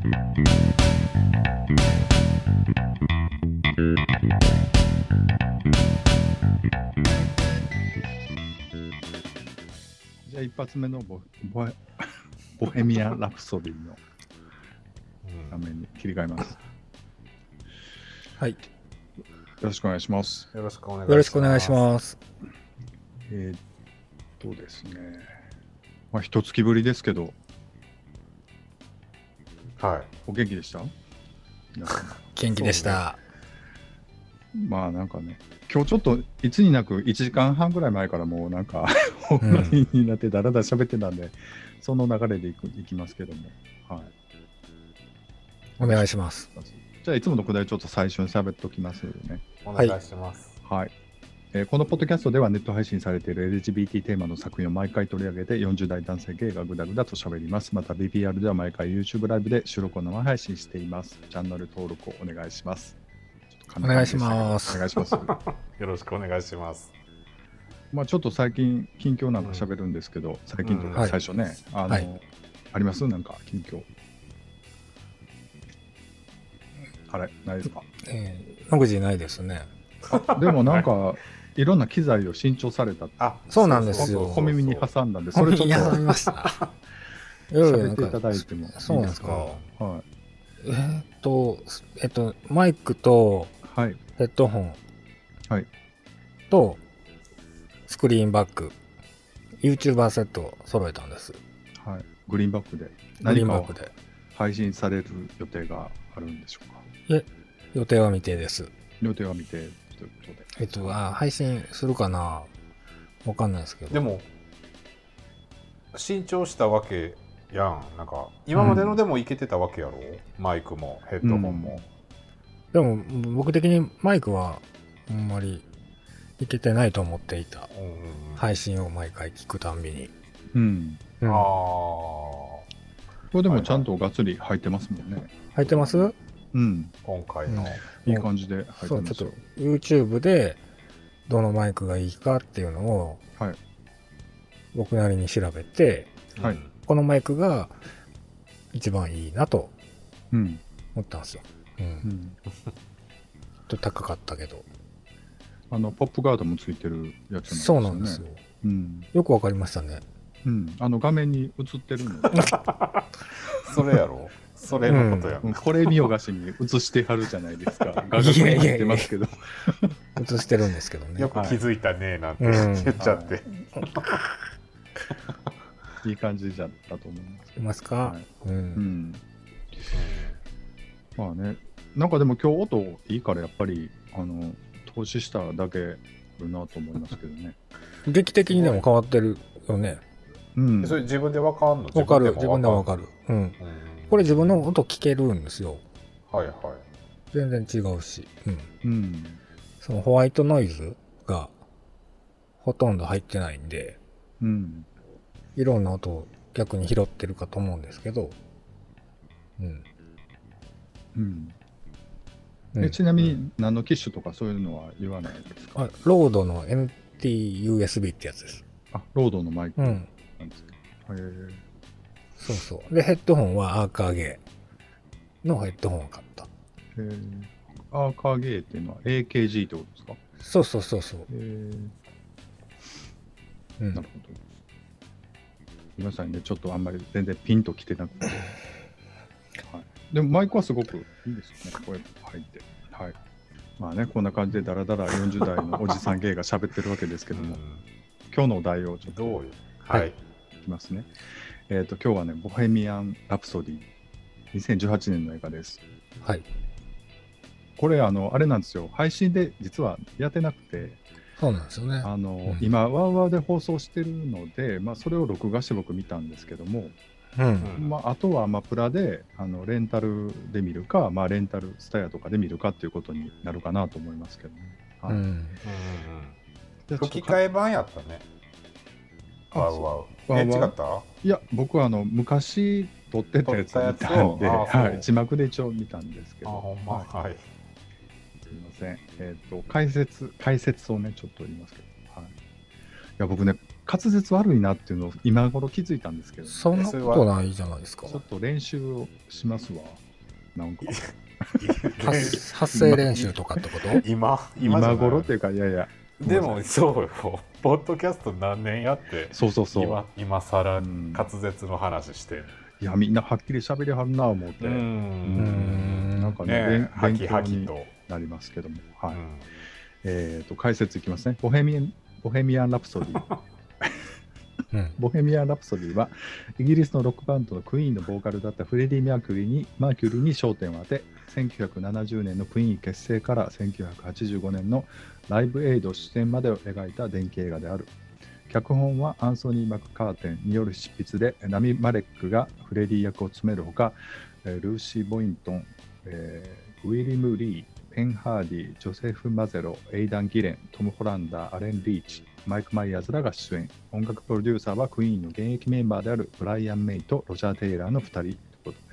じゃあ一発目のボヘミアン・ラプソディの画面に切り替えます。 はい。 よろしくお願いします。 よろしくお願いします。 ですね。まあ一月ぶりですけど。 はい。 お元気でした？ 元気でした。 まあなんかね、今日ちょっといつになく1時間半ぐらい前からもうなんかオンラインになってだらだら喋ってたんで、その流れでいきますけども、はい。 お願いします。 じゃあいつものくだりちょっと最初に喋っておきますね。 お願いします。 はい。このポッドキャストではネット配信されている LGBT テーマの作品を毎回取り上げて40代男性ゲイがぐだぐだと喋ります。また BPR では毎回 YouTube ライブで収録を生配信しています。チャンネル登録をお願いします。 お願いします。 お願いします。 よろしくお願いします。 まあちょっと最近近況なんか喋るんですけど、最近というか最初ね、ありますなんか近況。あれないですか？ 野口ないですね。 でもなんかいろんな機材を新調された。 そうなんですよ。 小耳に挟んだんで、それちょっと挟みました。 喋っていただいてもいいですか？ そうなんですか。 はい。 マイクとヘッドホンとスクリーンバック、YouTuber セットを揃えたんです。 はい。グリーンバックで何か配信される予定があるんでしょうか？ 予定は未定です。 予定は未定ということで。 配信するかな？わかんないですけど。 でも新調したわけやん。なんか今までのでもいけてたわけやろ、マイクもヘッドホンも。 でも僕的にマイクはあんまりいけてないと思っていた。配信を毎回聞くたんびに。 これでもちゃんとがっつり入ってますもんね。 入ってます？ 今回のいい感じで入ってます。 そう、ちょっと YouTube でどのマイクがいいかっていうのを僕なりに調べて、このマイクが一番いいなと思ったんですよ。ちょっと高かったけど。 ポップガードもついてるやつなんですよね。 そうなんですよ。よくわかりましたね。 画面に映ってるの。 それやろ。それのことや。 これ見よがしに映してはるじゃないですか。画角に入ってますけど。 映してるんですけどね。 よく気づいたねなんて言っちゃって。 いい感じじゃったと思います。 いますか？ まあね、なんかでも今日音いいからやっぱり投資しただけあるなと思いますけどね。 劇的にでも変わってるよね。 それ自分でわかんの？ わかる。自分でわかる。これ自分の音聞けるんですよ。全然違うし。そのホワイトノイズがほとんど入ってないんで、いろんな音を逆に拾ってるかと思うんですけど、 ちなみに何の機種とかそういうのは言わないですか？ ロードの MT-USB ってやつです。 ロードのマイクなんですか？ そうそう。で、ヘッドホンはアーカーゲーのヘッドホンを買った。 アーカーゲーっていうのは AKG ってことですか？ そう。 なるほど。皆さんね、ちょっとあんまり全然ピンときてなくて。でもマイクはすごくいいですよね。これ入って。まあね、こんな感じでダラダラ40代のおじさんゲイが喋ってるわけですけども、今日のお題をちょっといきますね。今日はね、ボヘミアン・ラプソディ、2018年の映画です。これあれなんですよ。配信で実はやってなくて、 そうなんですよね。 今ワーワーで放送してるので、それを録画して僕見たんですけども、あとはプラでレンタルで見るか、レンタルスタヤとかで見るかっていうことになるかなと思いますけどね。 吹き替え版やったね。ワウワウ。違った？ いや、僕は昔撮ってたやつ見たんで、字幕で一応見たんですけど。すみません。解説をね、ちょっと言いますけど。いや、僕ね、 滑舌悪いなっていうのを今頃気づいたんですけど、 そんなことないじゃないですか。 ちょっと練習をしますわ。なんか発声練習とかってこと今頃っていうか、いやいや。 でもそうよ、ポッドキャスト何年やって、 そう今更滑舌の話して、 いやみんなはっきり喋りはるな思って、なんかね、勉強になりますけども、はい。解説いきますね。ボヘミアン・ラプソディ。ボヘミアン・ラプソディはイギリスのロックバンドのクイーンのボーカルだったフレディ・マーキュリーに焦点を当て、1970年のクイーン結成から1985年のライブエイド出演までを描いた伝記映画である。脚本はアンソニー・マクカーテンによる執筆で、ラミ・マレックがフレディ役を務めるほか、ルーシー・ボイントン、ウィリム・リー、ペン・ハーディ、ジョセフ・マゼロ、エイダン・ギレン、トム・ホランダー、アレン・リーチ、マイク・マイヤーズらが出演。音楽プロデューサーはクイーンの現役メンバーであるブライアン・メイとロジャー・テイラーの2人ということです。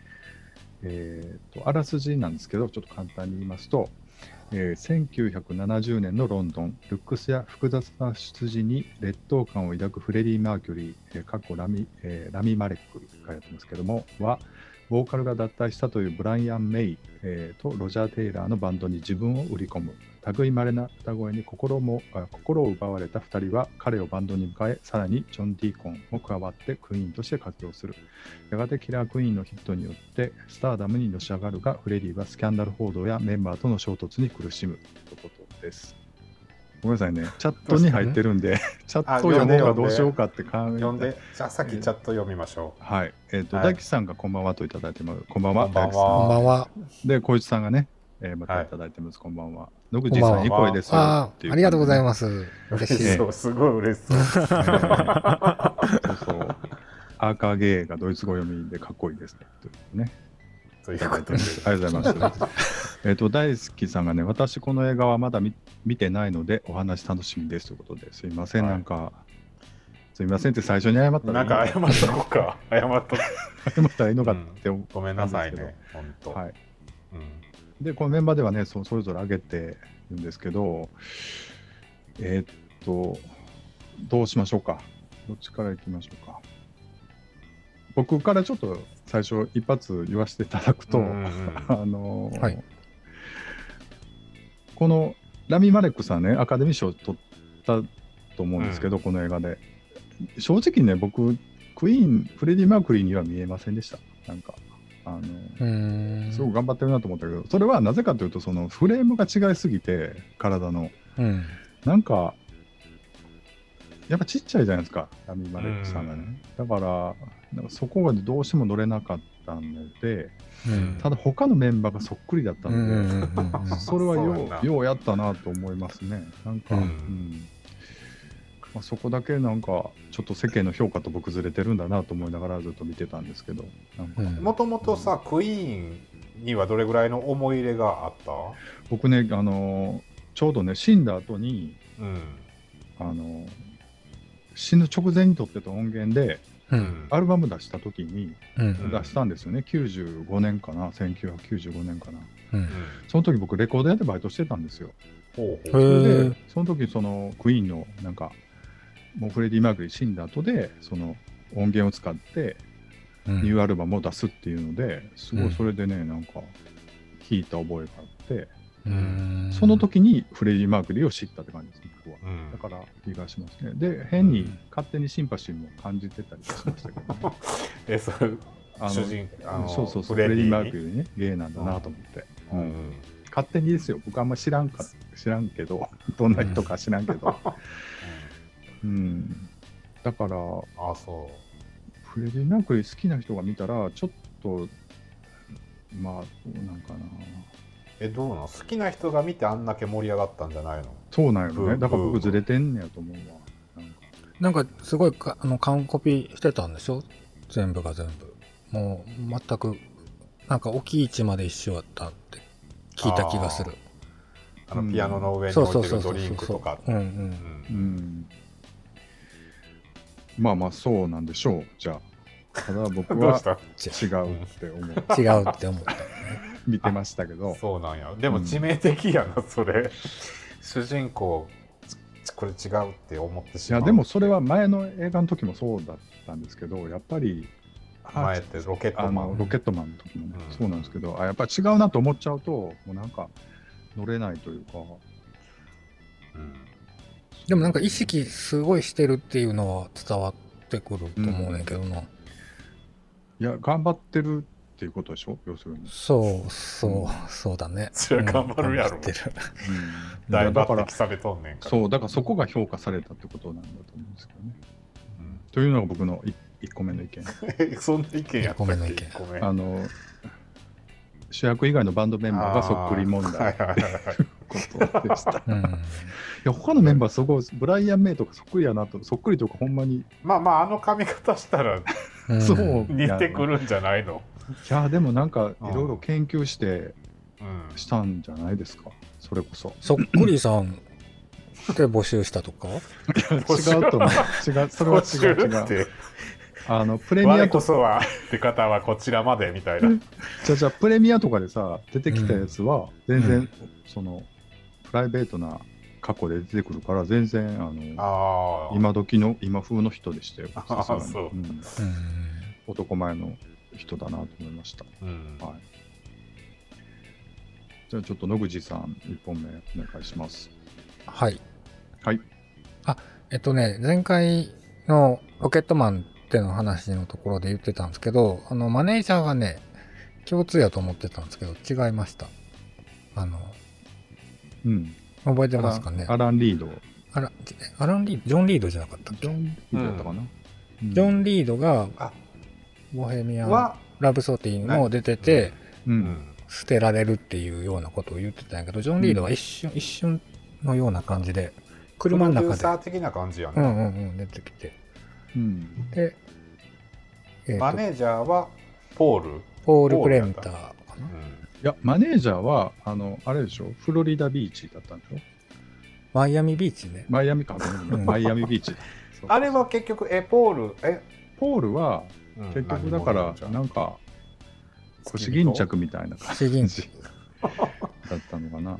あらすじなんですけど、ちょっと簡単に言いますと、1970年のロンドン、ルックスや複雑な出自に劣等感を抱くフレディ・マーキュリー、ラミ・マレックがやってますけども、は、ボーカルが脱退したというブライアン・メイ、とロジャー・テイラーのバンドに自分を売り込む。類まれな歌声に心を奪われた2人は彼をバンドに迎え、さらにジョン・ディーコンも加わってクイーンとして活動する。やがてキラー・クイーンのヒットによってスターダムにのし上がるが、フレディはスキャンダル報道やメンバーとの衝突に苦しむということです。ごめんなさいね、チャットに入ってるんでチャット読むのはどうしようかって考えて、 読んで、じゃあさっきチャット読みましょう。はい、大吉さんがこんばんはといただいてます。こんばんは。 こんばんは。 で、小市さんがね、またいただいてます。こんばんは。野口さん、いい声ですよっていう。ありがとうございます。 嬉しい。すごい嬉しそう。そうそう。 アーカーゲーがドイツ語読みでかっこいいですね。というね。 そういうことで。 ありがとうございます。大好さんがね、私この映画はまだ見てないのでお話楽しみですということで、すいません、なんか、すいませんって最初に謝ったらなんか謝っとこうか。謝ったらいいのかって思ごめんなさいね、本当。 はい。で、このメンバーではね、それぞれ挙げてるんですけど、どうしましょうか。どっちからいきましょうか。僕からちょっと最初一発言わせていただくと、はい、このラミ・マレックさんね、アカデミー賞を取ったと思うんですけど、この映画で。正直ね、僕、クイーン、フレディ・マークリーには見えませんでした。なんか。すごく頑張ってるなと思ったけど、それはなぜかというと、そのフレームが違いすぎて、体の、なんかやっぱちっちゃいじゃないですか、ラミ・マレックさんがね。だからなんかそこがどうしても乗れなかったので、ただ他のメンバーがそっくりだったので、それはようやったなと思いますね。なんか、そこだけなんかちょっと世間の評価と僕ずれてるんだなと思いながらずっと見てたんですけど、 もともとさ、クイーンにはどれぐらいの思い入れがあった？ 僕ね、ちょうどね、死んだ後に、死ぬ直前に撮ってた音源で、アルバム出した時に出したんですよね。95年かな、1995年かな。その時僕レコード屋でバイトしてたんですよ。それでその時そのクイーンのなんかもうフレディ・マーキュリー死んだ後でその音源を使ってニューアルバムを出すっていうので、すごいそれでね、なんか弾いた覚えがあって、その時にフレディ・マーキュリーを知ったって感じです、僕は。だから気がしますね。で、変に勝手にシンパシーも感じてたりしましたけどね。そうフレディ・マーキュリーね、ゲイなんだなと思って。勝手にですよ、僕あんま知らんけど、どんな人か知らんけど。だから、フレディ・マーキュリー好きな人が見たら、ちょっと、まあ、どうなんかな。 どうなの？好きな人が見てあんだけ盛り上がったんじゃないの？ そうなんよね。だから僕ずれてんねやと思うわ。 なんかすごい完コピしてたんでしょ？全部が全部。もう全く、なんか置き位置まで一緒だったって聞いた気がする。 ピアノの上に置いてるドリンクとか。 まあまあそうなんでしょう。じゃあ。ただ僕は違うって思う。 違うって思った。 見てましたけど。 そうなんや。でも致命的やな、それ。主人公これ違うって思ってしまう。 いやでもそれは前の映画の時もそうだったんですけど、やっぱり前ってロケットマンの時もね、そうなんですけど、やっぱり違うなと思っちゃうともうなんか乗れないというか、 でもなんか意識すごいしてるっていうのは伝わってくると思うねんけどな。 いや頑張ってるっていうことでしょ、要するに。 そうだね。 それは頑張るやろ。大抜擢されとんねんから。 そうだからそこが評価されたってことなんだと思うんですけどね。というのが僕の1個目の意見。 そんな意見やったっけ。 1個目。主役以外のバンドメンバーがそっくり問題ということでした。いや他のメンバーすごい、ブライアン・メイとかそっくりやなと、そっくりとかほんまに。 まああの髪型したらそう似てくるんじゃないの。 いやでもなんかいろいろ研究してしたんじゃないですか、それこそ。 そっくりさんで募集したとか？いや違うと思う。違う、それは違う。プレミアこそはって方はこちらまでみたいな。 じゃあプレミアとかでさ出てきたやつは全然、そのプライベートな過去で出てくるから全然今時の今風の人でしたよ。そう、男前の人だなと思いました。はい。じゃあちょっと野口さん1本目お願いします。 はい。 はい。 前回のロケットマンっての話のところで言ってたんですけど、マネージャーがね、共通やと思ってたんですけど、違いました。覚えてますかね。 アラン・リード。 アラン・リード、ジョン・リードじゃなかったっけ？ ジョン・リードだったかな。 ジョン・リードが、ボヘミアン・ラブソティも出てて、捨てられるっていうようなことを言ってたんやけど、ジョン・リードは一瞬のような感じで、車の中で。プロデューサー的な感じやね。 出てきて。 で、マネージャーはポール・プレンターかな。いや、マネージャーはあれでしょ、フロリダビーチだったんでしょ。 マイアミビーチね。 マイアミか、マイアミビーチ。 あれは結局ポールは結局だからなんか腰巾着みたいな感じだったのかな。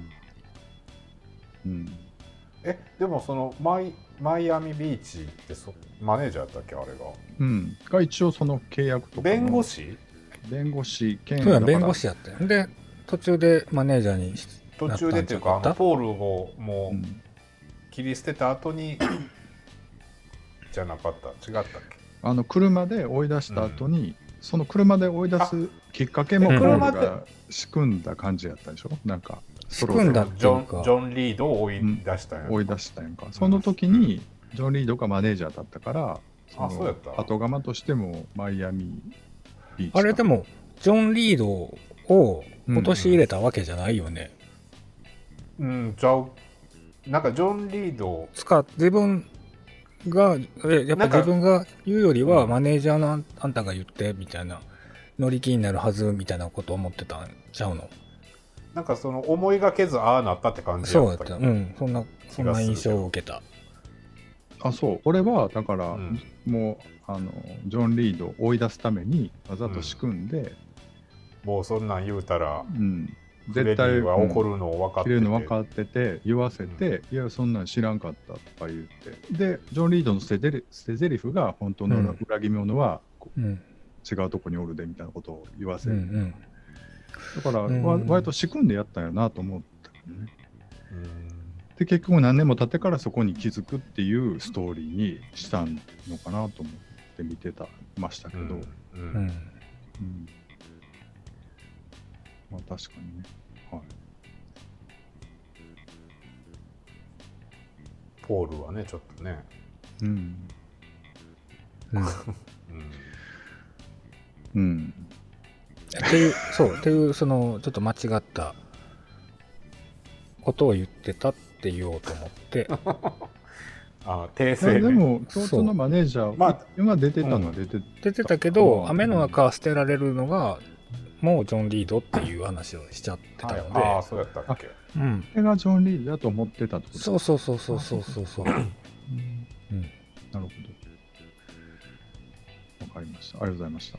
でもそのマイアミビーチってマネージャーだったっけ、あれが。 が一応その契約とか。 弁護士兼。そうや、弁護士やったよ。で途中でマネージャーに途中でっていうかポールをもう切り捨てた後にじゃなかった、違ったっけ。 車で追い出した後に、その車で追い出すきっかけもポールが仕組んだ感じやったでしょ。なんか仕組んだっていうかジョン・リードを追い出したんや、 追い出したんやんか。その時にジョン・リードがマネージャーだったから、 そうやった。 後釜としてもマイアミビーチ。 あれでもジョン・リードを落とし入れたわけじゃないよね。 じゃあなんかジョン・リード自分がやっぱ自分が言うよりはマネージャーのあんたが言ってみたいな、乗り気になるはずみたいなことを思ってたんちゃうの。 なんかその思いがけずああなったって感じやった。 そうやった。そんな印象を受けた。 そう、俺はだから、もうジョン・リードを追い出すためにわざと仕組んで、 もうそんなん言うたら、 絶対は怒るのを分かってて言わせて、いやそんなん知らんかったとか言って、でジョン・リードの捨てゼリフが本当の裏切り者は、違うとこにおるでみたいなことを言わせる。だから割と仕組んでやったんやなと思ったけどね。で結局何年も経ってからそこに気づくっていうストーリーにしたのかなと思って見てましたけど、まあ確かにね。はい。 ポールはねちょっとね。 っていうそのちょっと間違ったことを言ってたって言おうと思って。 訂正ね。 でも共通のマネージャー今出てたのは出てたけど、雨の中捨てられるのがもうジョン・リードっていう話をしちゃってたので。 そうやったっけ。 それがジョン・リードだと思ってたってこと。 そう。 なるほど。わかりました。ありがとうございました。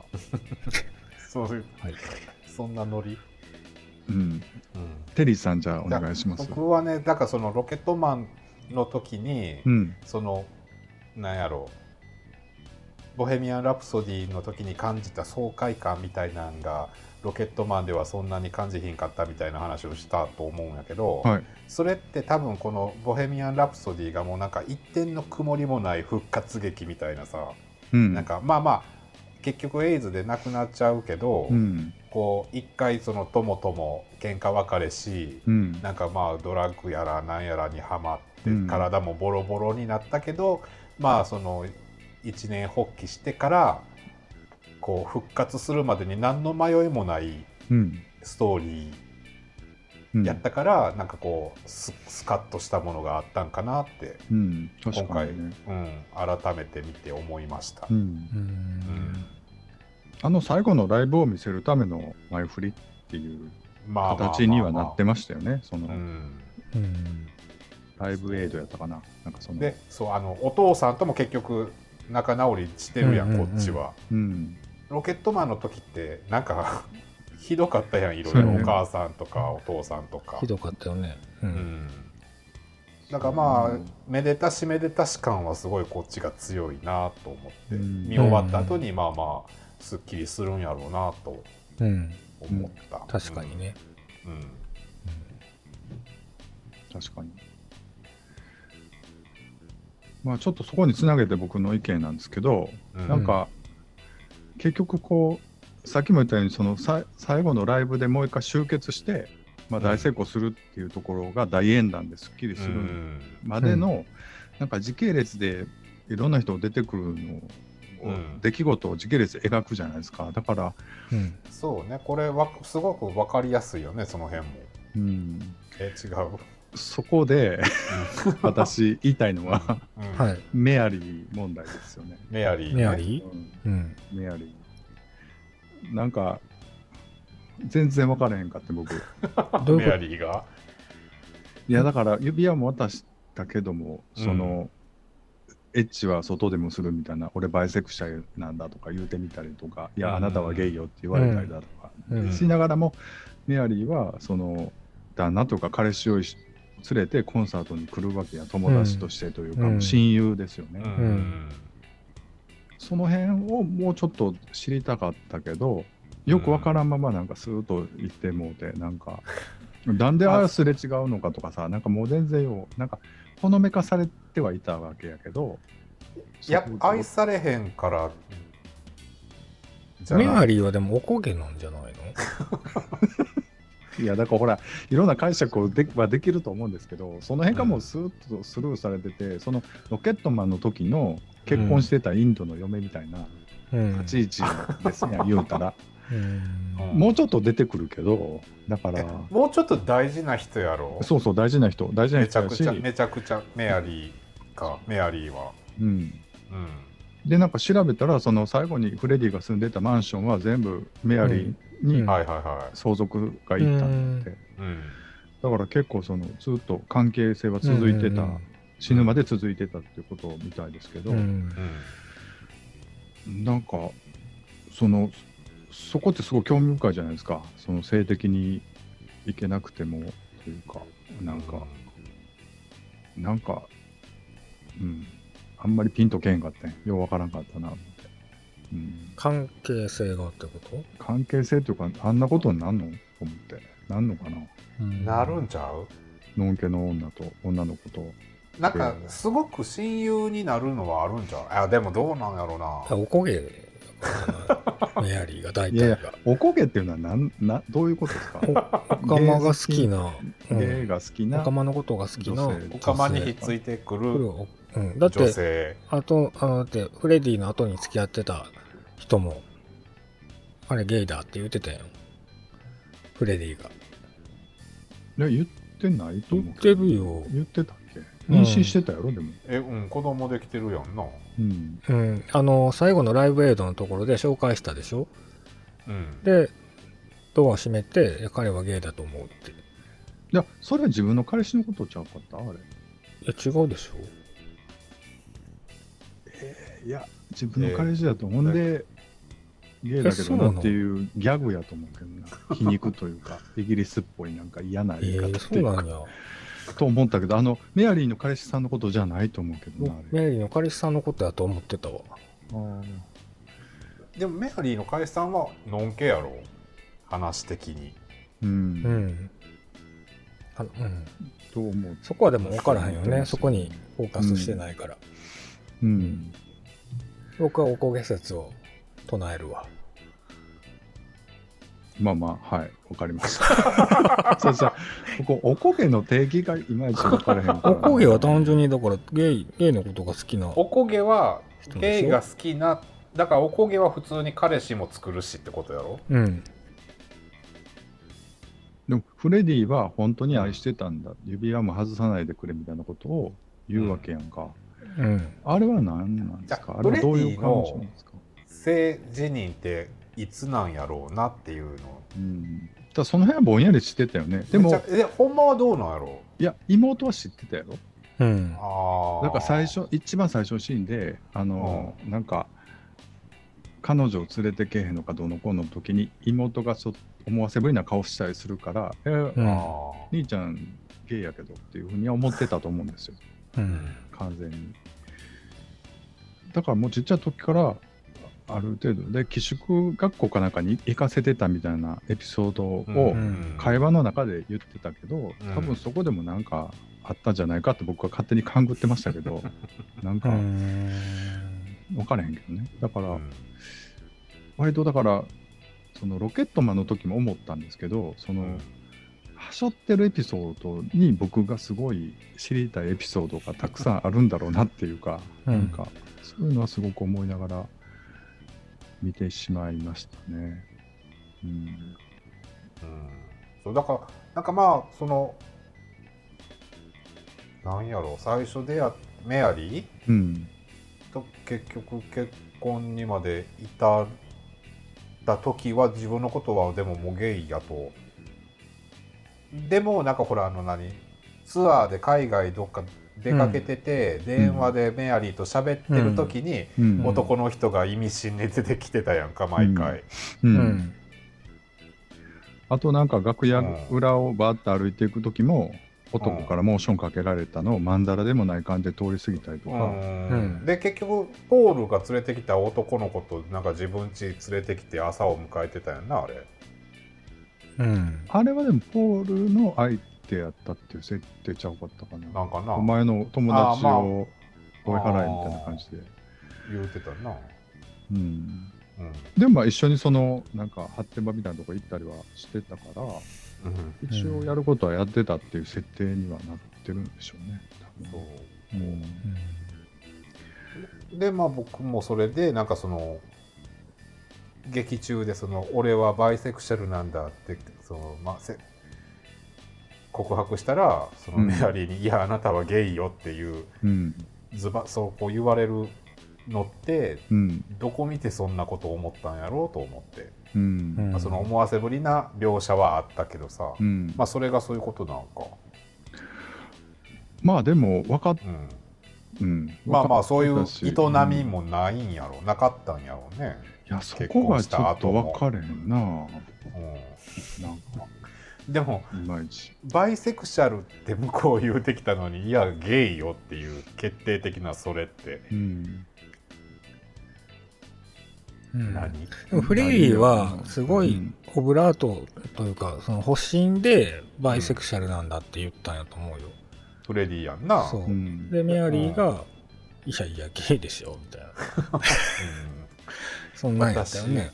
そんなノリ。 テリーさんじゃあお願いします。 僕はね、だからそのロケットマンの時に、 うん、 そのなんやろボヘミアン・ラプソディの時に感じた爽快感みたいなのがロケットマンではそんなに感じひんかったみたいな話をしたと思うんやけど、 はい、 それって多分このボヘミアン・ラプソディがもうなんか一点の曇りもない復活劇みたいなさ、 うん、 なんかまあまあ結局エイズで亡くなっちゃうけど、 うん、 こう一回その友とも喧嘩別れし、 うん、 なんかまあドラッグやらなんやらにはまって、体もボロボロになったけど、まあその一年発起してからこう復活するまでに何の迷いもないストーリーやったから、なんかこうスカッとしたものがあったんかなって、今回、改めて見て思いました。 最後のライブを見せるための前振りっていう形にはなってましたよね。ライブエイドやったかな。なんかで、そうお父さんとも結局仲直りしてるやん、こっちは。ロケットマンの時ってなんかひどかったやん、いろいろ、お母さんとかお父さんとかひどかったよね。 なんかまあめでたしめでたし感はすごいこっちが強いなと思って、見終わった後にまあまあすっきりするんやろうなと思った。 確かにね。 確かに。まあちょっとそこにつなげて僕の意見なんですけど、なんか結局こうさっきも言ったようにその最後のライブでもう一回集結して、まあ、大成功するっていうところが大演談ですっきりするまでの、なんか時系列でいろんな人が出てくるのを、出来事を時系列で描くじゃないですか。だから、 そうね、これはすごく分かりやすいよね、その辺も。違う。 そこで私言いたいのは、メアリー問題ですよね。 メアリー、 メアリー、メアリーなんか全然分からへんかって僕メアリーがいやだから指輪も渡したけども、そのエッチは外でもするみたいな、俺バイセクシャルなんだとか言うてみたりとか、いやあなたはゲイよって言われたりだとかしながらも、メアリーはその旦那とか彼氏を連れてコンサートに来るわけや、友達としてというか、親友ですよね。その辺をもうちょっと知りたかったけど、よくわからんままなんかスーッと言ってもうて、なんかなんでああすれ違うのかとかさ、なんかもう全然よ、なんかほのめかされてはいたわけやけど、 いや愛されへんからじゃない。メアリーはでもおこげなんじゃないのいやだからほらいろんな解釈はできると思うんですけど、その辺がもうスーッとスルーされてて、そのロケットマンの時の結婚してたインドの嫁みたいな立ち位置ですね、言うたらもうちょっと出てくるけど、だからもうちょっと大事な人やろ。 そうそう、大事な人やし、 めちゃくちゃメアリーはでなんか調べたら、その最後にフレディが住んでたマンションは全部メアリーに相続がいったんで、だから結構そのずっと関係性は続いてた、死ぬまで続いてたっていうことみたいですけど、なんかそこってすごい興味深いじゃないですか。その性的にいけなくてもというか、なんかあんまりピンとけんかったんようわからんかったなって、 関係性がってこと？ 関係性というか、あんなことになんのと思って、なんのかな、 なるんちゃう？ のんけの女と女の子となんかすごく親友になるのはあるんちゃう？でもどうなんやろうな。 おこげメアリーが大体が。いやおこげっていうのはどういうことですか？ おかまが好きな、 ゲイが好きな、 おかまのことが好きな、 おかまにひっついてくるだって女性。 だってフレディの後に付き合ってた人もあれゲイだって言ってたよ、フレディが。 いや言ってないと思う。 言ってるよ。 言ってたっけ？妊娠してたやろ、でも。 子供できてるやんな。 最後のライブエイドのところで紹介したでしょ。でドア閉めて、彼はゲイだと思うって。 いやそれは自分の彼氏のことちゃうかった？あれ。いや違うでしょ。 いや自分の彼氏だと思うんで、ゲイだけどなっていうギャグやと思うけどな。皮肉というかイギリスっぽいなんか嫌な言い方っていうか。 そうなんや。 と思ったけど、メアリーの彼氏さんのことじゃないと思うけどな。 メアリーの彼氏さんのことやと思ってたわ。 でもメアリーの彼氏さんはのんけやろ、話的に。 と思う。 そこはでも分からへんよね。そこにフォーカスしてないから。僕はおこげ説を唱えるわ。 まあまあ、はい、わかりました。そうじゃおこげの定義がいまいち分からへんから。 おこげは単純にだからゲイのことが好きな。 おこげはゲイが好きな、だからおこげは普通に彼氏も作るしってことやろ。 でもフレディは本当に愛してたんだ、指輪も外さないでくれみたいなことを言うわけやんか。あれは何なんですか。あれはどういう感じなんですか。 性自認っていつなんやろうなっていうの。 だその辺はぼんやりしてたよね。でもほんまはどうなんやろう。いや妹は知ってたやろ。だから一番最初のシーンでなんか彼女を連れてけへんのかどうのこうの時に妹がちょっと思わせぶりな顔したりするから兄ちゃんゲイやけどっていうふうには思ってたと思うんですよ、完全に。だからもうちっちゃい時からある程度で寄宿学校かなんかに行かせてたみたいなエピソードを会話の中で言ってたけど、多分そこでもなんかあったんじゃないかって僕は勝手に勘ぐってましたけどなんか分からへんけどね。だから割とだからそのロケットマンの時も思ったんですけど、そのはしょってるエピソードに僕がすごい知りたいエピソードがたくさんあるんだろうなっていうか、なんかそういうのはすごく思いながら見てしまいましたね。 そうだからなんかまあそのなんやろう、最初でメアリー、と結局結婚にまで至った時は自分のことはでももうゲイやと。でもなんかほらツアーで海外どっか出かけてて、電話でメアリーと喋ってる時に、男の人が意味深に出てきてたやんか毎回。 あとなんか楽屋裏をバーッと歩いていく時も、男からモーションかけられたのをマンダラでもない感じで通り過ぎたりとか、 で結局ポールが連れてきた男の子となんか自分家連れてきて朝を迎えてたやんなあれ。 あれはでもポールの相手やったっていう設定ちゃうかったかな。 なんかな、 お前の友達を追い払えみたいな感じで言うてたな。 でも一緒にそのなんか発展場みたいなとこ行ったりはしてたから、一応やることはやってたっていう設定にはなってるんでしょうね。 でまあ僕もそれでなんかその劇中でその俺はバイセクシャルなんだってその、告白したらそのメアリーに、いやあなたはゲイよっていう、そうこう言われるのって、どこ見てそんなことを思ったんやろうと思って、その思わせぶりな描写はあったけどさ、それがそういうことなのか。 まあでも分かっまあそういう営みもないんやろ、なかったんやろうね。 いやそこがちょっと分かれへんな。なんかでもバイセクシャルって向こう言うてきたのに、いやゲイよっていう決定的なそれって、何？ でもフレディはすごいオブラートというかその発信でバイセクシャルなんだって言ったんやと思うよ。 フレディやんな。 そうでメアリーがいやいやゲイですよみたいなそんなんやったよね。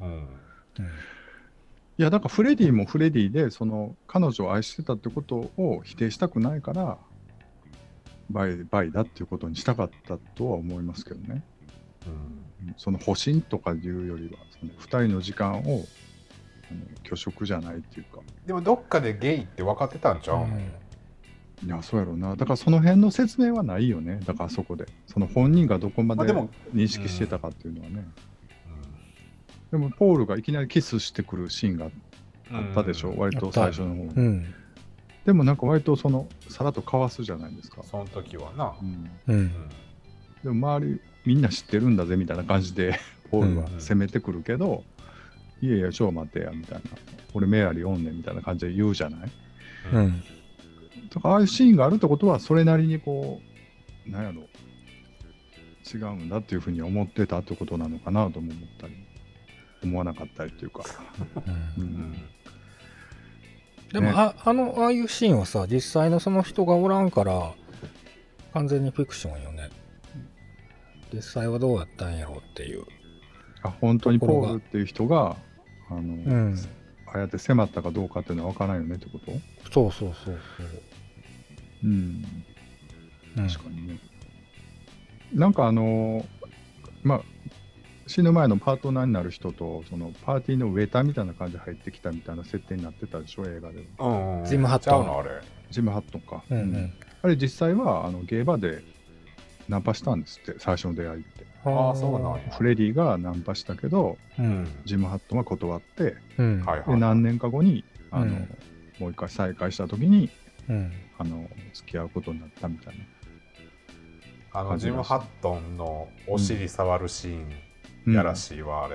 いやだからフレディもフレディでその彼女を愛してたってことを否定したくないからバイだっていうことにしたかったとは思いますけどね。その保身とかいうよりはその2人の時間を拒食じゃないっていうか。 でもどっかでゲイって分かってたんちゃうの？ いやそうやろうな。だからその辺の説明はないよね。だからそこでその本人がどこまで認識してたかっていうのはね。でもポールがいきなりキスしてくるシーンがあったでしょ、割と最初の方に、でもなんか割とそのさらっとかわすじゃないですかその時はな、 でも周りみんな知ってるんだぜみたいな感じでポールは攻めてくるけど、いやいやちょ待てやみたいな、俺メアリーおんねんみたいな感じで言うじゃない、 だからああいうシーンがあるってことはそれなりにこうなんやろ違うんだっていうふうに思ってたってことなのかなとも思ったり思わなかったりというか、うん、 でも、ね、ああいうシーンはさ実際のその人がおらんから完全にフィクションよね。実際はどうやったんやろうっていう。 本当にポールっていう人がああやって迫ったかどうかっていうのは分からないよねってこと？ そうそうそうそう。 うん。確かにね。なんかまあ死ぬ前のパートナーになる人とそのパーティーのウェイターみたいな感じで入ってきたみたいな設定になってたでしょ映画では。ジムハットン。 ジムハットンか。あれ実際はゲーバーでナンパしたんですって最初の出会いって。 ああそうなんや。 フレディがナンパしたけど、ジムハットンは断って、で何年か後にもう一回再会した時に、付き合うことになったみたいな。ジムハットンのお尻触るシーン、やらしいわあれ。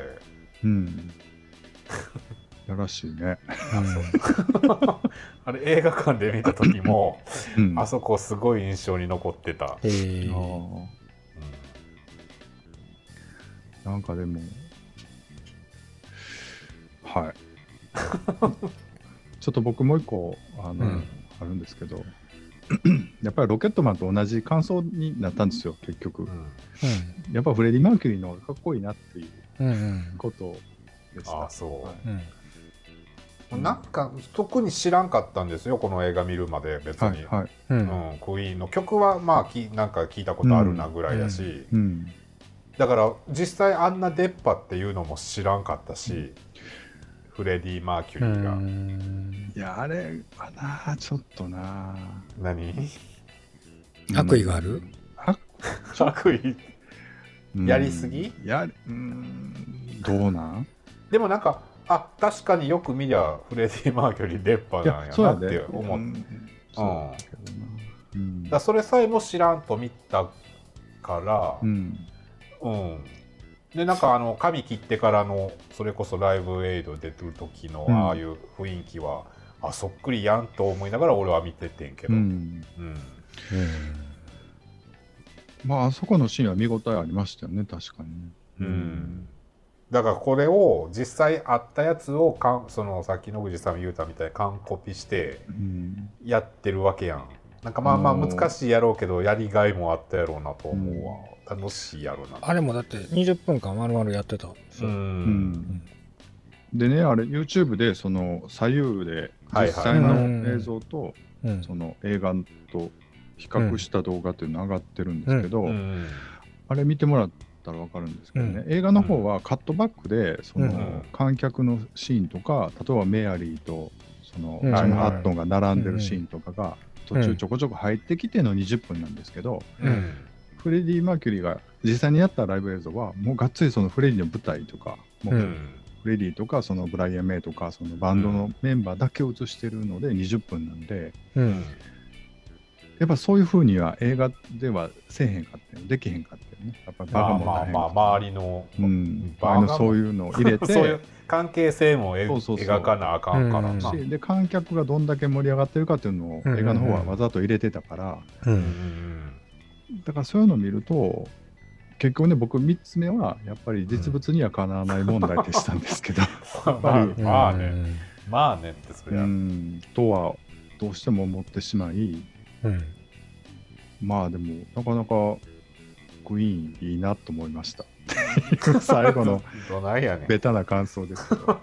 やらしいね。 あれ映画館で見た時も、あそこすごい印象に残ってた。 なんかでもはいちょっと僕もう一個あるんですけどやっぱりロケットマンと同じ感想になったんですよ結局、やっぱフレディ・マーキュリーの方がかっこいいなっていうことでした。 あそう、なんか特に知らんかったんですよこの映画見るまで別に、クイーンの曲はまあなんか聞いたことあるなぐらいだし、だから実際あんな出っ歯っていうのも知らんかったし、フレディ・マーキュリーがいやあれはなちょっとな何悪意がある？ 悪意やりすぎ？ どうなん？ でもなんか確かによく見りゃフレディ・マーキュリー出っ歯なんやなって思って、それさえも知らんと見たから、でなんか髪切ってからのそれこそライブエイド出てる時のああいう雰囲気は、そっくりやんと思いながら俺は見ててんけど、 まああそこのシーンは見応えありましたよね確かに。 だからこれを実際あったやつをそのさっき野口さん言うたみたいに完コピしてやってるわけやん。なんかまあまあ難しいやろうけどやりがいもあったやろうなと思うわ。楽しいやろうな。 あれもだって20分間丸々やってた。 でねあれ YouTube でその左右で実際の映像とその映画と比較した動画っていうの上がってるんですけど、あれ見てもらったら分かるんですけどね、映画の方はカットバックでその観客のシーンとか、例えばメアリーとそのジム・ハットンが並んでるシーンとかが途中ちょこちょこ入ってきての20分なんですけど、フレディ・マーキュリーが実際にやったライブ映像はもうがっつりそのフレディの舞台とかもうフレディとかそのブライアン・メイとかそのバンドのメンバーだけを映してるので20分なんで、やっぱそういう風には映画ではせえへんかったよ、できへんかったよね。やっぱバカも大変かった。 周りのそういうのを入れてそういう関係性も描かなあかんからな。 で観客がどんだけ盛り上がってるかっていうのを映画の方はわざと入れてたから、だからそういうのを見ると結局ね僕3つ目はやっぱり実物にはかなわない問題でしたんですけど、やっぱりまあねってそれはとはどうしても思ってしまい、まあでもなかなかクイーンいいなと思いました最後のベタな感想ですけど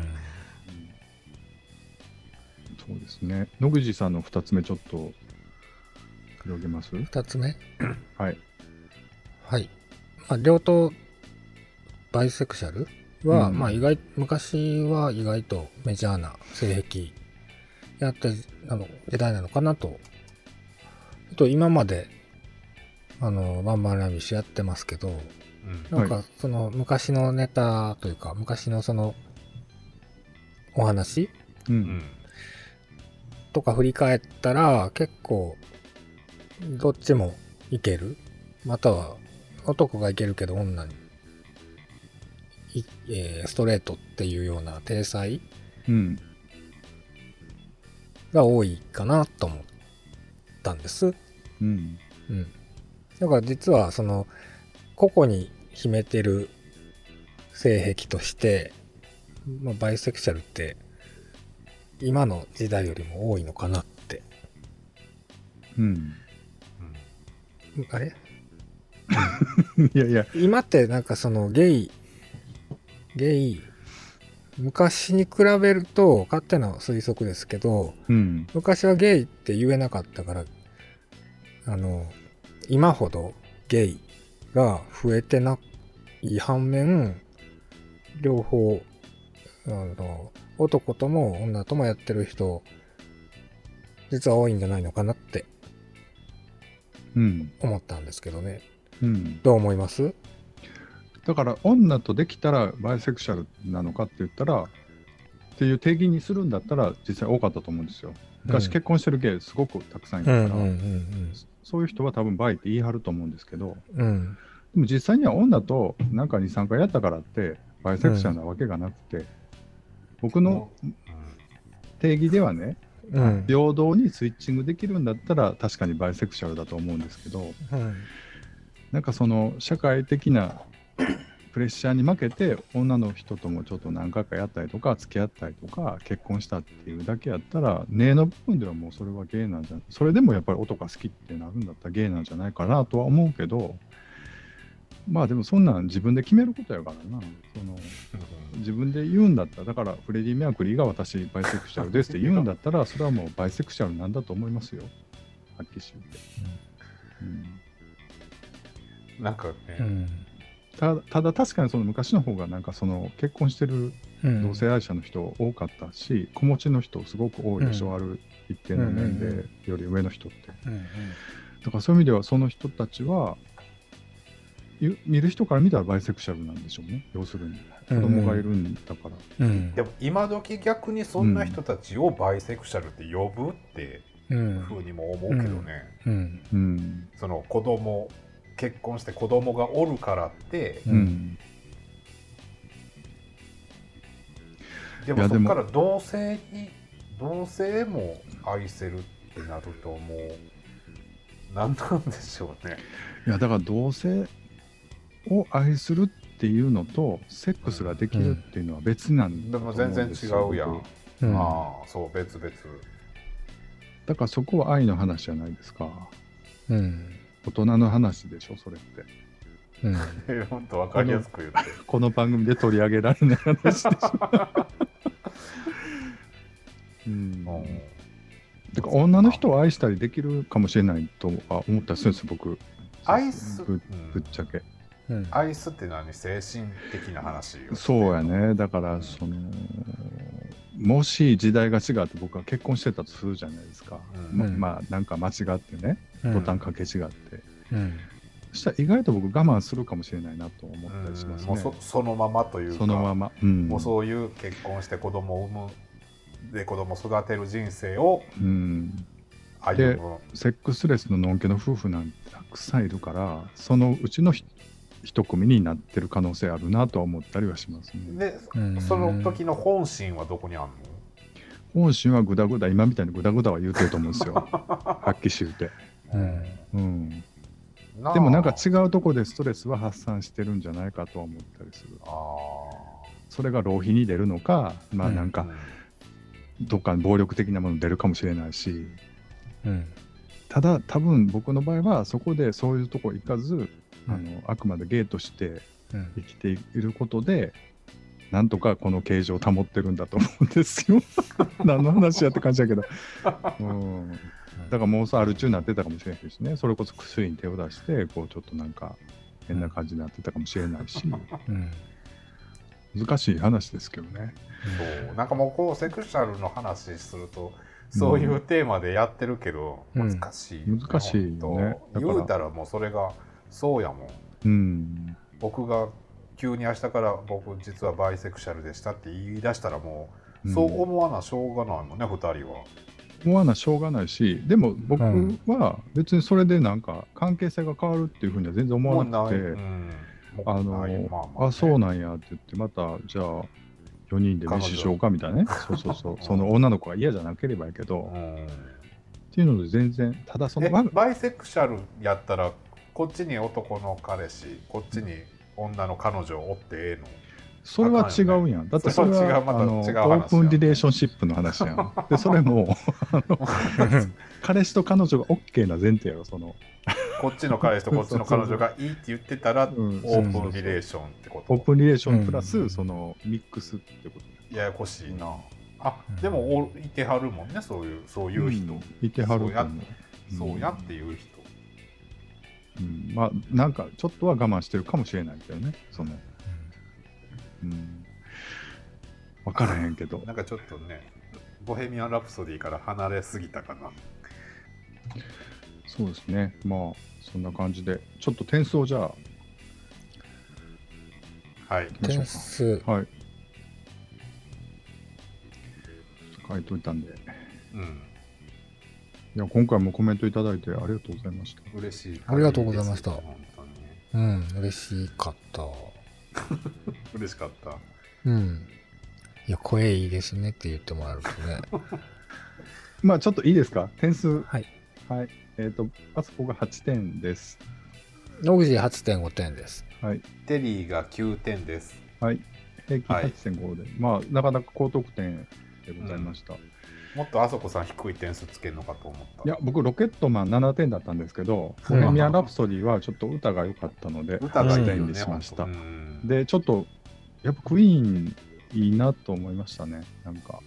そうですね。野口さんの2つ目ちょっと広げます？ 2 つ目はいはい、両党バイセクシャルは、昔は意外とメジャーな性癖やった時代なのかなと。今までバンバンラビッシュやってますけど、なんかその昔のネタというか昔のそのお話、とか振り返ったら結構どっちもいける、または男がいけるけど女にストレートっていうような体裁が多いかなと思ったんです。 うんうん、だから実はその個々に秘めてる性癖として、まあ、バイセクシャルって今の時代よりも多いのかなって。 うん。 あれいやいや。 今ってなんかそのゲイ、昔に比べると、勝手な推測ですけど、 うん、 昔はゲイって言えなかったから、今ほどゲイが増えてない反面、両方、男とも女ともやってる人、実は多いんじゃないのかなって思ったんですけどね。 うん、 どう思います？ だから女とできたらバイセクシャルなのかって言ったらっていう定義にするんだったら実際多かったと思うんですよ。昔結婚してるゲイすごくたくさんいるから、そういう人は多分バイって言い張ると思うんですけど、でも実際には女となんか 2,3 回やったからってバイセクシャルなわけがなくて、僕の定義ではね、平等にスイッチングできるんだったら確かにバイセクシャルだと思うんですけど、なんかその社会的なプレッシャーに負けて女の人ともちょっと何回かやったりとか付き合ったりとか結婚したっていうだけやったら根の部分ではもうそれはゲイなんじゃない、それでもやっぱり男が好きってなるんだったらゲイなんじゃないかなとは思うけど、まあでもそんなん自分で決めることやからな。自分で言うんだったら、だからフレディ・メアクリーが私バイセクシャルですって言うんだったらそれはもうバイセクシャルなんだと思いますよ、はっきり言って。 なんかね、 ただ確かにその昔の方がなんかその結婚してる同性愛者の人多かったし、子持ちの人すごく多いでしょ、ある一定の年齢より上の人って。だからそういう意味ではその人たちは見る人から見たらバイセクシャルなんでしょうね、要するに子供がいるんだから。 でも今時逆にそんな人たちをバイセクシャルって呼ぶってふうにも思うけどね。その子供結婚して子供がおるからって、でもそこから同性も愛せるってなるともう何なんでしょうね。 いやだから同性を愛するっていうのとセックスができるっていうのは別なんだと思うんですよ。 でも全然違うやん。そう別々。 だからそこは愛の話じゃないですか。大人の話でしょそれって。 ほんと分かりやすく言ってこの番組で取り上げられない話でしょ。だから女の人を愛したりできるかもしれないとは思ったりするんですよ僕。 愛すぶっちゃけ。 愛すって何？精神的な話よ。 そうやね。だからそのもし時代が違って僕は結婚してたとするじゃないですか。まあなんか間違ってね、ボタンかけ違って、そしたら意外と僕我慢するかもしれないなと思ったりしますね。 もうそのままというか、 そのまま、 もうそういう結婚して子供を産むで子供を育てる人生をでセックスレスののんけの夫婦なんてたくさんいるから、そのうちの一組になってる可能性あるなとは思ったりはしますね。 で、その時の本心はどこにあるの？ 本心はグダグダ、今みたいにグダグダは言うてると思うんですよ。はっきり言うて。でもなんか違うとこでストレスは発散してるんじゃないかとは思ったりする。それが浪費に出るのか、まあなんかどっか暴力的なもの出るかもしれないし、ただ多分僕の場合はそこでそういうとこ行かず、あくまでゲイとして生きていることで、なんとかこの形状を保ってるんだと思うんですよ。何の話やって感じだけど、だから妄想アル中になってたかもしれないしね。それこそ薬に手を出してこうちょっとなんか変な感じになってたかもしれないし、難しい話ですけどね。 そうなんかもうこうセクシャルの話するとそういうテーマでやってるけど、難しい、 難しいよね。 言うたらもうそれがそうやもん。僕が急に明日から僕実はバイセクシャルでしたって言い出したらもう、そう思わなしょうがないもんね、2人は。 思わなしょうがないし、でも僕は別にそれでなんか関係性が変わるっていうふうには全然思わなくて、そうなんやって言ってまたじゃあ4人で飯しようかみたいなね。そうその女の子が嫌じゃなければいいけど、 っていうので全然、ただそのバイセクシャルやったらこっちに男の彼氏、こっちに女の彼女おってええの？ それは違うやん。だってそれはまた違う話やん。 オープンリレーションシップの話やん。でそれも彼氏と彼女が OK な前提やろ。そのこっちの彼氏とこっちの彼女がいいって言ってたらオープンリレーションってこと。 オープンリレーションプラスそのミックスってこと。 ややこしいな。あ、でもいてはるもんね、そういう人。 いてはる。 そうやっていう人。 まあなんかちょっとは我慢してるかもしれないけどね。その分からへんけど、 なんかちょっとね、ボヘミアン・ラプソディから離れすぎたかな。 そうですね。まあそんな感じで、ちょっと点数をじゃあ、 はい、 点数、 はい、書いといたんで、いや今回もコメントいただいてありがとうございました。 嬉しい。 ありがとうございました。嬉しかった。 嬉しかった。 いや、声いいですねって言ってもらえるとね。 まあちょっといいですか、点数。 はい。 はい。あそこが8点です。 野口 8.5 点です。 はい。 テリーが9点です。 はい。平均 8.5 で、まあなかなか高得点でございました。 もっとあそこさん低い点数つけるのかと思った。 いや、僕ロケットマン7点だったんですけど、ボヘミアン・ラプソディはちょっと歌が良かったので8点にしました。で、ちょっとやっぱクイーンいいなと思いましたね。なんか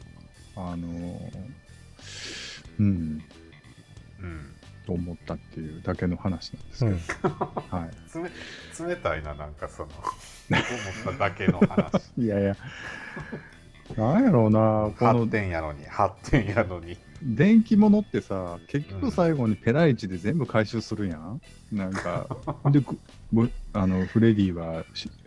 と思ったっていうだけの話なんですけど、はい。 冷たいな、なんかその思っただけの話。 いやいや、なんやろうな、 この8点やのに電気物ってさ、結局最後にペライチで全部回収するやん。なんかでフレディは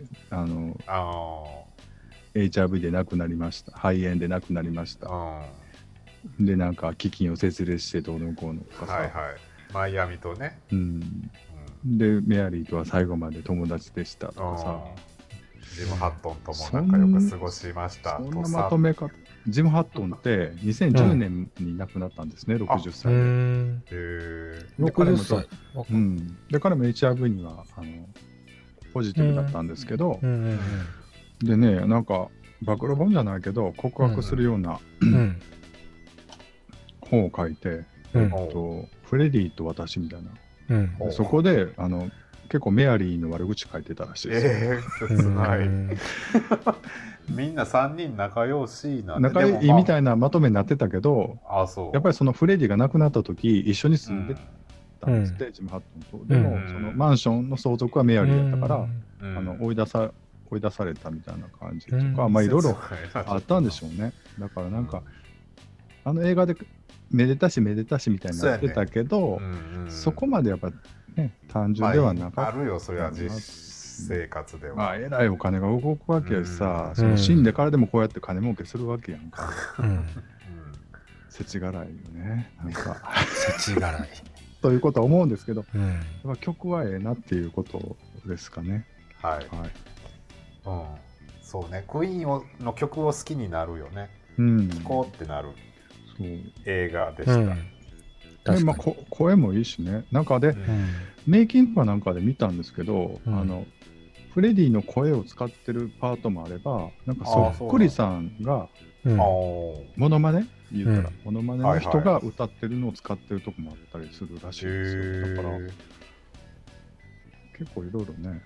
HIV で亡くなりました、肺炎で亡くなりました、でなんか基金を設立してどうのこうのとかさ、 マイアミとね、 でメアリーとは最後まで友達でしたとかさ、 ジム・ハットンとも仲良く過ごしましたとさ。 そんなまとめ方。ジム・ハットンって2010年に亡くなったんですね、60歳で。 60歳。 で彼も HIV にはポジティブだったんですけど、でね、なんか暴露本じゃないけど告白するような本を書いて、フレディと私みたいな、そこで結構メアリーの悪口書いてたらしいです。 切ない。みんな3人仲良しな、 仲いいみたいなまとめになってたけど、やっぱりそのフレディが亡くなった時一緒に住んでたんですって、ジム・ハットンと。でもそのマンションの相続はメアリーだったから、追い出されたみたいな感じとか、まあいろいろあったんでしょうね。だからなんか映画でめでたしめでたしみたいになってたけど、そこまでやっぱね、単純ではなかった。 あるよ、それは実生活では。 まあ、えらいお金が動くわけやしさ、その死んでからでもこうやって金儲けするわけやんか。世知辛いよね、なんか。 世知辛い。 ということは思うんですけど、曲はええなっていうことですかね。 はい。そうね、クイーンの曲を好きになるよね。聴こうってなる映画でした。 でまあ、声もいいしね。なんかで、メイキングかなんかで見たんですけど、フレディの声を使ってるパートもあれば、なんかそっくりさんがモノマネ言ったら、モノマネの人が歌ってるのを使ってるとこもあったりするらしいですよ。だから結構いろいろね、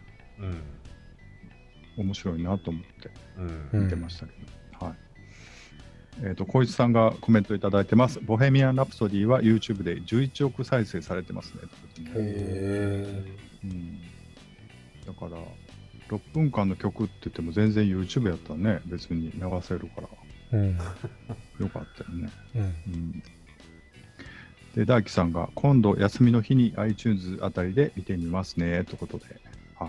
面白いなと思って見てましたけど。はい。小市さんがコメントいただいてます。ボヘミアン・ラプソディは YouTube で11億再生されてますね。だから6分間の曲って言っても全然 YouTube やったらね、別に流せるから、よかったよね。で、大樹さんが今度休みの日に iTunes あたりで見てみますねということで、はい、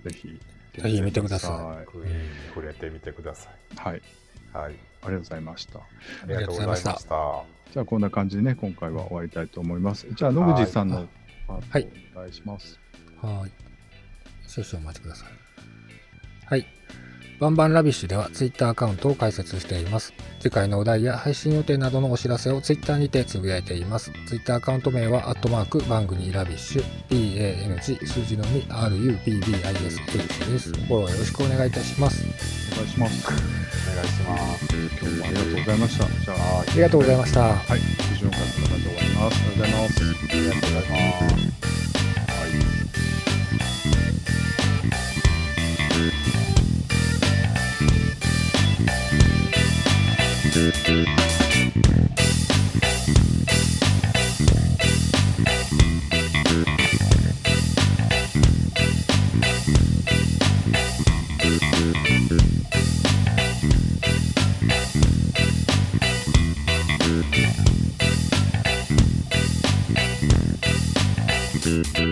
ぜひ見てください。 触れてみてください。 はい。はい、ありがとうございました。 ありがとうございました。 じゃあこんな感じでね、今回は終わりたいと思います。じゃあ野口さんのパートお願いします。 はい。少々お待ちください。はい。 バンバンラビッシュでは Twitter アカウントを開設しています。次回のお題や配信予定などのお知らせを Twitter にてつぶやいています。Twitter アカウント名は番組ラビッシュ BANG 数字の2 RUBBISH です。フォローよろしくお願いいたします。 お願いします。 お願いします。 今日もありがとうございました。じゃあ、 ありがとうございました。 はい、非常に良かったので終わります。ありがとうございます。 ありがとうございます。はい。